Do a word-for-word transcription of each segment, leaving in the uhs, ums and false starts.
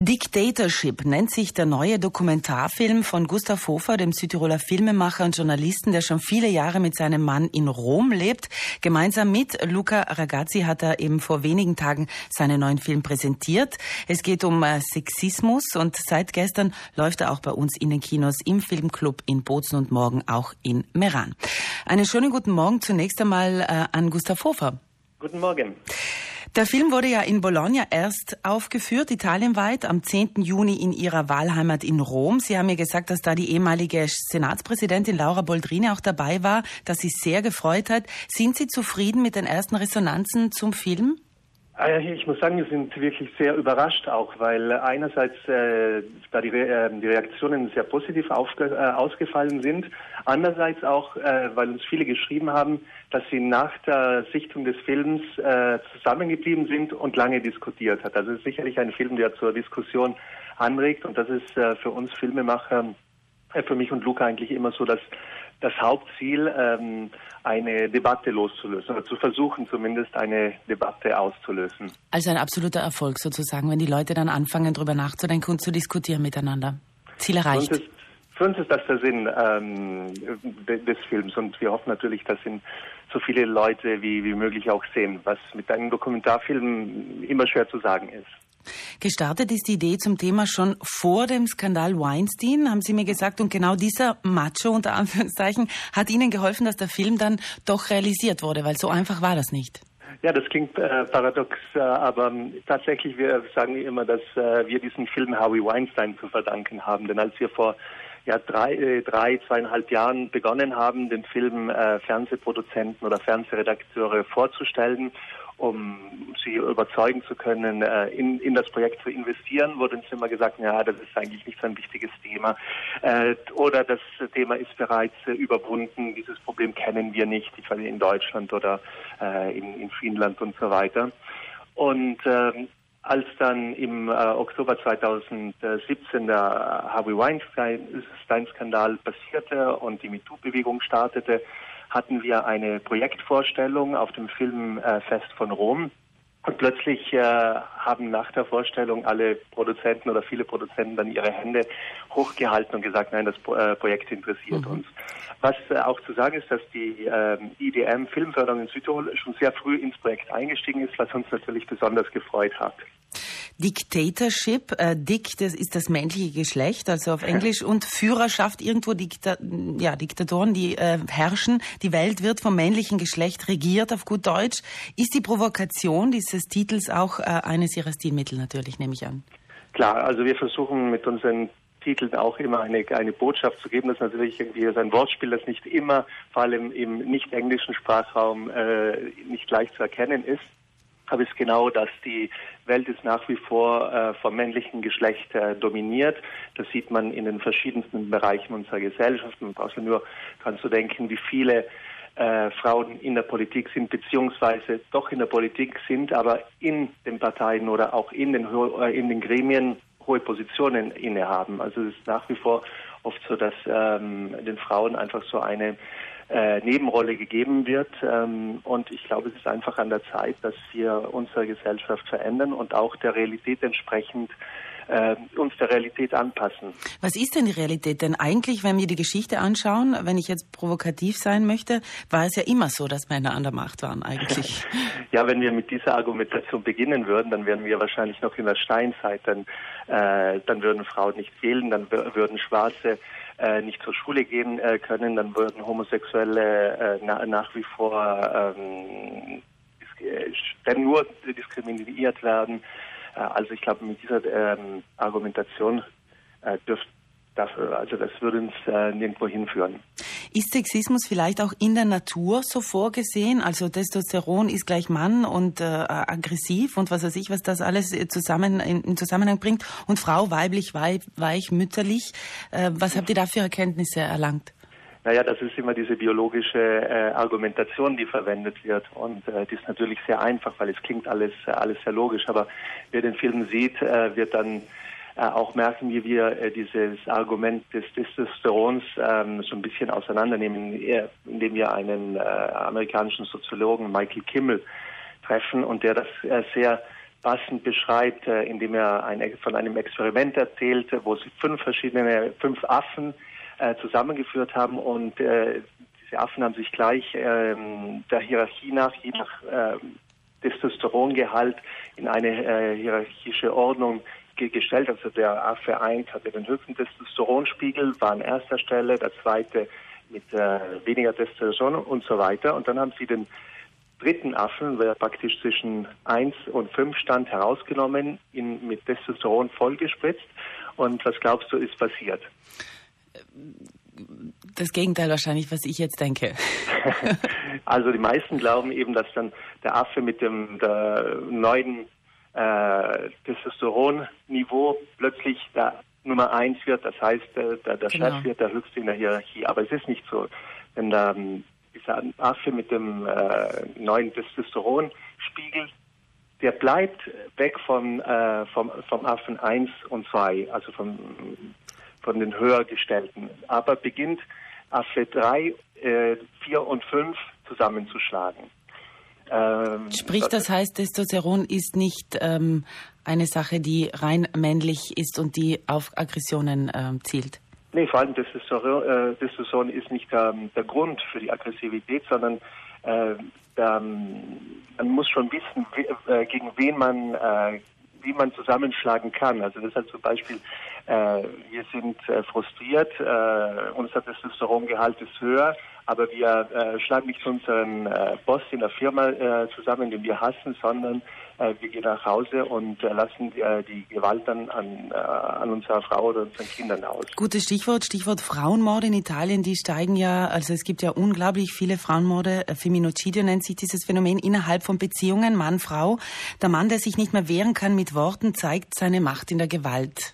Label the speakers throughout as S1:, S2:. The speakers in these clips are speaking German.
S1: Dictatorship nennt sich der neue Dokumentarfilm von Gustav Hofer, dem Südtiroler Filmemacher und Journalisten, der schon viele Jahre mit seinem Mann in Rom lebt. Gemeinsam mit Luca Ragazzi hat er eben vor wenigen Tagen seinen neuen Film präsentiert. Es geht um Sexismus und seit gestern läuft er auch bei uns in den Kinos im Filmclub in Bozen und morgen auch in Meran. Einen schönen guten Morgen zunächst einmal äh, an Gustav Hofer.
S2: Guten Morgen.
S1: Der Film wurde ja in Bologna erst aufgeführt, italienweit, am zehnten Juni in Ihrer Wahlheimat in Rom. Sie haben mir gesagt, dass da die ehemalige Senatspräsidentin Laura Boldrini auch dabei war, dass sie sehr gefreut hat. Sind Sie zufrieden mit den ersten Resonanzen zum Film?
S2: Ich muss sagen, wir sind wirklich sehr überrascht auch, weil einerseits äh, da die, Re äh, die Reaktionen sehr positiv aufge äh, ausgefallen sind, andererseits auch, äh, weil uns viele geschrieben haben, dass sie nach der Sichtung des Films äh, zusammengeblieben sind und lange diskutiert hat. Also es ist sicherlich ein Film, der zur Diskussion anregt und das ist äh, für uns Filmemacher, äh, für mich und Luca eigentlich immer so, dass das Hauptziel, ähm, eine Debatte loszulösen, oder zu versuchen zumindest eine Debatte auszulösen.
S1: Also ein absoluter Erfolg sozusagen, wenn die Leute dann anfangen, darüber nachzudenken und zu diskutieren miteinander. Ziel erreicht.
S2: Für uns ist, für uns ist das der Sinn ähm, des Films und wir hoffen natürlich, dass ihn so viele Leute wie, wie möglich auch sehen, was mit einem Dokumentarfilm immer schwer zu sagen ist.
S1: Gestartet ist die Idee zum Thema schon vor dem Skandal Weinstein, haben Sie mir gesagt. Und genau dieser Macho, unter Anführungszeichen, hat Ihnen geholfen, dass der Film dann doch realisiert wurde, weil so einfach war das nicht.
S2: Ja, das klingt äh, paradox, äh, aber ähm, tatsächlich, wir sagen immer, dass äh, wir diesen Film Harvey Weinstein zu verdanken haben. Denn als wir vor ja, drei, äh, drei, zweieinhalb Jahren begonnen haben, den Film äh, Fernsehproduzenten oder Fernsehredakteure vorzustellen, um sie überzeugen zu können, in, in das Projekt zu investieren, wurde uns immer gesagt, ja, das ist eigentlich nicht so ein wichtiges Thema. Äh, oder das Thema ist bereits äh, überwunden, dieses Problem kennen wir nicht, ich weiß in Deutschland oder äh, in, in Finnland und so weiter. Und ähm, als dann im äh, Oktober zweitausendsiebzehn der Harvey Weinstein-Skandal passierte und die MeToo-Bewegung startete, hatten wir eine Projektvorstellung auf dem Filmfest von Rom. Und plötzlich äh, haben nach der Vorstellung alle Produzenten oder viele Produzenten dann ihre Hände hochgehalten und gesagt, nein, das äh, Projekt interessiert mhm. uns. Was äh, auch zu sagen ist, dass die äh, I D M Filmförderung in Südtirol schon sehr früh ins Projekt eingestiegen ist, was uns natürlich besonders gefreut hat.
S1: Dictatorship, äh, Dick, das ist das männliche Geschlecht, also auf Englisch, und Führerschaft, irgendwo Dikta ja, Diktatoren, die äh, herrschen. Die Welt wird vom männlichen Geschlecht regiert, auf gut Deutsch. Ist die Provokation dieses Titels auch äh, eines Ihrer Stilmittel natürlich, nehme ich an?
S2: Klar, also wir versuchen mit unseren Titeln auch immer eine, eine Botschaft zu geben. Das ist natürlich irgendwie ein Wortspiel, das nicht immer, vor allem im nicht-englischen Sprachraum, äh, nicht leicht zu erkennen ist. Aber es ist genau das, die Welt ist nach wie vor äh, vom männlichen Geschlecht äh, dominiert. Das sieht man in den verschiedensten Bereichen unserer Gesellschaft. Man braucht nur dran zu denken, wie viele äh, Frauen in der Politik sind, beziehungsweise doch in der Politik sind, aber in den Parteien oder auch in den, äh, in den Gremien hohe Positionen innehaben. Also es ist nach wie vor oft so, dass ähm, den Frauen einfach so eine Äh, Nebenrolle gegeben wird. Ähm, und ich glaube, es ist einfach an der Zeit, dass wir unsere Gesellschaft verändern und auch der Realität entsprechend äh, uns der Realität anpassen.
S1: Was ist denn die Realität? Denn eigentlich, wenn wir die Geschichte anschauen, wenn ich jetzt provokativ sein möchte, war es ja immer so, dass Männer an der Macht waren eigentlich.
S2: Ja, wenn wir mit dieser Argumentation beginnen würden, dann wären wir wahrscheinlich noch in der Steinzeit. Dann, äh, dann würden Frauen nicht wählen, dann würden Schwarze äh, nicht zur Schule gehen äh, können, dann würden Homosexuelle äh, na, nach wie vor ähm, dis- nur diskriminiert werden. Äh, also ich glaube, mit dieser ähm, Argumentation äh, dürfte das, also das würde uns äh, nirgendwo hinführen.
S1: Ist Sexismus vielleicht auch in der Natur so vorgesehen? Also Testosteron ist gleich Mann und äh, aggressiv und was weiß ich, was das alles zusammen in, in Zusammenhang bringt. Und Frau weiblich, weich, weich mütterlich. Äh, was habt ihr da für Erkenntnisse erlangt?
S2: Naja, das ist immer diese biologische äh, Argumentation, die verwendet wird. Und äh, die ist natürlich sehr einfach, weil es klingt alles, äh, alles sehr logisch. Aber wer den Film sieht, äh, wird dann Äh, auch merken, wie wir äh, dieses Argument des Testosterons ähm, so ein bisschen auseinandernehmen, indem wir einen äh, amerikanischen Soziologen, Michael Kimmel, treffen und der das äh, sehr passend beschreibt, äh, indem er ein, von einem Experiment erzählte, wo sie fünf verschiedene, fünf Affen äh, zusammengeführt haben und äh, diese Affen haben sich gleich ähm, der Hierarchie nach, je nach äh, Testosterongehalt in eine äh, hierarchische Ordnung ge- gestellt. Also der Affe eins hatte den höchsten Testosteronspiegel, war an erster Stelle, der zweite mit äh, weniger Testosteron und so weiter. Und dann haben sie den dritten Affen, der praktisch zwischen eins und fünf stand, herausgenommen, ihn mit Testosteron vollgespritzt. Und was glaubst du, ist passiert?
S1: Das Gegenteil wahrscheinlich, was ich jetzt denke.
S2: Also die meisten glauben eben, dass dann der Affe mit dem der neuen äh, Testosteronniveau plötzlich der Nummer eins wird. Das heißt, der, der, der
S1: Genau.
S2: Chef wird der Höchste in der Hierarchie. Aber es ist nicht so. Denn der, dieser Affe mit dem äh, neuen Testosteronspiegel, der bleibt weg von, äh, vom, vom Affen eins und zwei, also vom von den höhergestellten, aber beginnt Affe drei, äh, vier und fünf zusammenzuschlagen. Ähm,
S1: Sprich, das heißt, Testosteron ist nicht ähm, eine Sache, die rein männlich ist und die auf Aggressionen ähm, zielt.
S2: Nee, vor allem Testosteron, äh, Testosteron ist nicht ähm, der Grund für die Aggressivität, sondern äh, der, man muss schon wissen, we, äh, gegen wen man äh, wie man zusammenschlagen kann. Also deshalb zum Beispiel, äh, wir sind äh, frustriert, äh, unser Testosterongehalt ist höher, aber wir äh, schlagen nicht unseren äh, Boss in der Firma äh, zusammen, den wir hassen, sondern äh, wir gehen nach Hause und äh, lassen äh, die Gewalt dann an, äh, an unserer Frau oder unseren Kindern aus.
S1: Gutes Stichwort, Stichwort Frauenmorde in Italien, die steigen ja, also es gibt ja unglaublich viele Frauenmorde, Feminicidio nennt sich dieses Phänomen, innerhalb von Beziehungen, Mann, Frau. Der Mann, der sich nicht mehr wehren kann mit Worten, zeigt seine Macht in der Gewalt.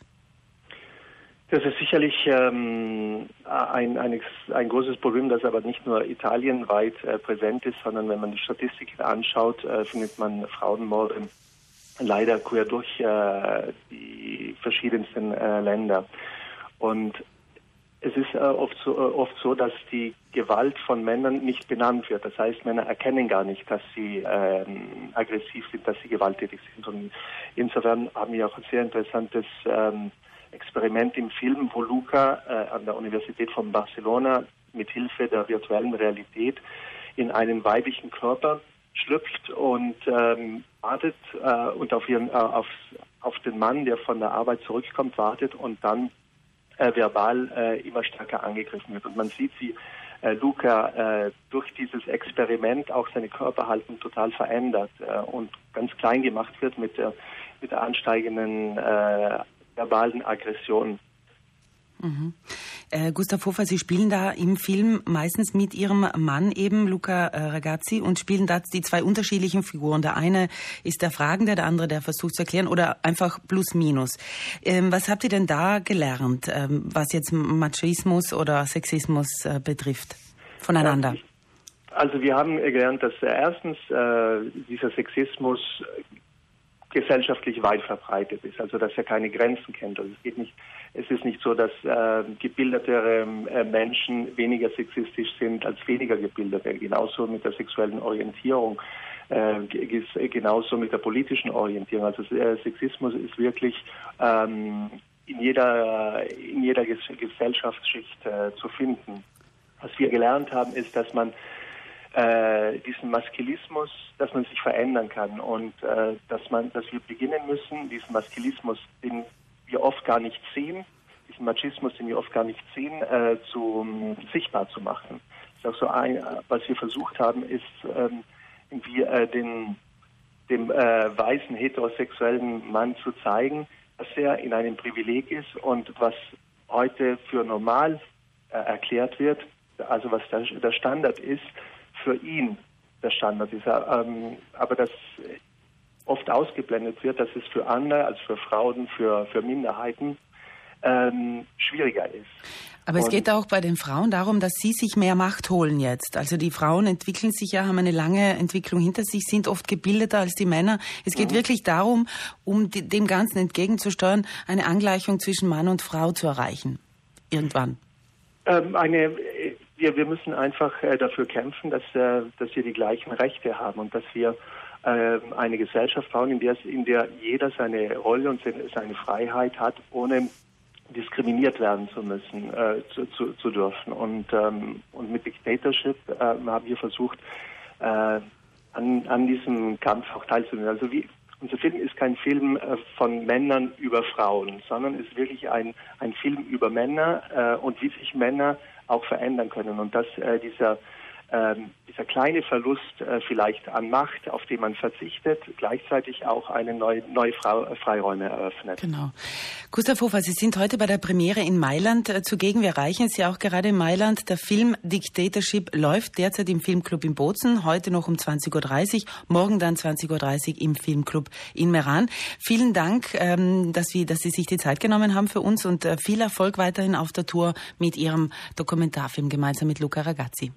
S2: Das ist sicherlich ähm, ein, ein, ein großes Problem, das aber nicht nur italienweit äh, präsent ist, sondern wenn man die Statistiken anschaut, äh, findet man Frauenmorde leider quer durch äh, die verschiedensten äh, Länder. Und es ist äh, oft, so, äh, oft so, dass die Gewalt von Männern nicht benannt wird. Das heißt, Männer erkennen gar nicht, dass sie äh, aggressiv sind, dass sie gewalttätig sind. Und insofern haben wir auch ein sehr interessantes ähm, Experiment im Film, wo Luca äh, an der Universität von Barcelona mit Hilfe der virtuellen Realität in einen weiblichen Körper schlüpft und ähm, wartet äh, und auf, ihren, äh, auf, auf den Mann, der von der Arbeit zurückkommt, wartet und dann äh, verbal äh, immer stärker angegriffen wird. Und man sieht, wie äh, Luca äh, durch dieses Experiment auch seine Körperhaltung total verändert äh, und ganz klein gemacht wird mit der, mit der ansteigenden äh, verbalen Aggression.
S1: Mhm. Äh, Gustav Hofer, Sie spielen da im Film meistens mit Ihrem Mann eben, Luca äh, Ragazzi, und spielen da die zwei unterschiedlichen Figuren. Der eine ist der Fragende, der andere, der versucht zu erklären, oder einfach plus minus. Ähm, was habt ihr denn da gelernt, ähm, was jetzt Machismus oder Sexismus äh, betrifft, voneinander?
S2: Also wir haben gelernt, dass äh, erstens äh, dieser Sexismus gesellschaftlich weit verbreitet ist, also dass er keine Grenzen kennt. Also es geht nicht, es ist nicht so, dass äh, gebildetere äh, Menschen weniger sexistisch sind als weniger gebildete. Genauso mit der sexuellen Orientierung, äh, genauso mit der politischen Orientierung. Also äh, Sexismus ist wirklich ähm, in jeder in jeder Gesellschaftsschicht äh, zu finden. Was wir gelernt haben, ist, dass man Äh, diesen Maskulismus, dass man sich verändern kann und äh, dass man, dass wir beginnen müssen, diesen Maskulismus, den wir oft gar nicht sehen, diesen Machismus, den wir oft gar nicht sehen, äh, zu um, sichtbar zu machen. Das ist auch so ein, was wir versucht haben, ist ähm, irgendwie äh, den dem äh, weißen heterosexuellen Mann zu zeigen, dass er in einem Privileg ist und was heute für normal äh, erklärt wird, also was der, der Standard ist, für ihn der Standard ist, ähm, aber dass oft ausgeblendet wird, dass es für andere als für Frauen, für, für Minderheiten ähm, schwieriger ist.
S1: Aber es geht auch bei den Frauen darum, dass sie sich mehr Macht holen jetzt. Also die Frauen entwickeln sich ja, haben eine lange Entwicklung hinter sich, sind oft gebildeter als die Männer. Es geht mhm. wirklich darum, um die, dem Ganzen entgegenzusteuern, eine Angleichung zwischen Mann und Frau zu erreichen. Irgendwann.
S2: Ähm, eine... Wir, wir müssen einfach äh, dafür kämpfen, dass, äh, dass wir die gleichen Rechte haben und dass wir äh, eine Gesellschaft bauen, in der, in der jeder seine Rolle und seine, seine Freiheit hat, ohne diskriminiert werden zu müssen, äh, zu, zu, zu dürfen. Und, ähm, und mit Dictatorship äh, haben wir versucht, äh, an, an diesem Kampf auch teilzunehmen. Also wie, unser Film ist kein Film äh, von Männern über Frauen, sondern ist wirklich ein, ein Film über Männer äh, und wie sich Männer auch verändern können. Und dass äh, dieser Ähm, dieser kleine Verlust äh, vielleicht an Macht, auf den man verzichtet, gleichzeitig auch eine neue, neue Frau, Freiräume eröffnet.
S1: Genau. Gustav Hofer, Sie sind heute bei der Premiere in Mailand äh, zugegen. Wir erreichen Sie auch gerade in Mailand. Der Film Dictatorship läuft derzeit im Filmclub in Bozen, heute noch um zwanzig Uhr dreißig, morgen dann zwanzig Uhr dreißig im Filmclub in Meran. Vielen Dank, ähm, dass, Sie, dass Sie sich die Zeit genommen haben für uns und äh, viel Erfolg weiterhin auf der Tour mit Ihrem Dokumentarfilm gemeinsam mit Luca Ragazzi.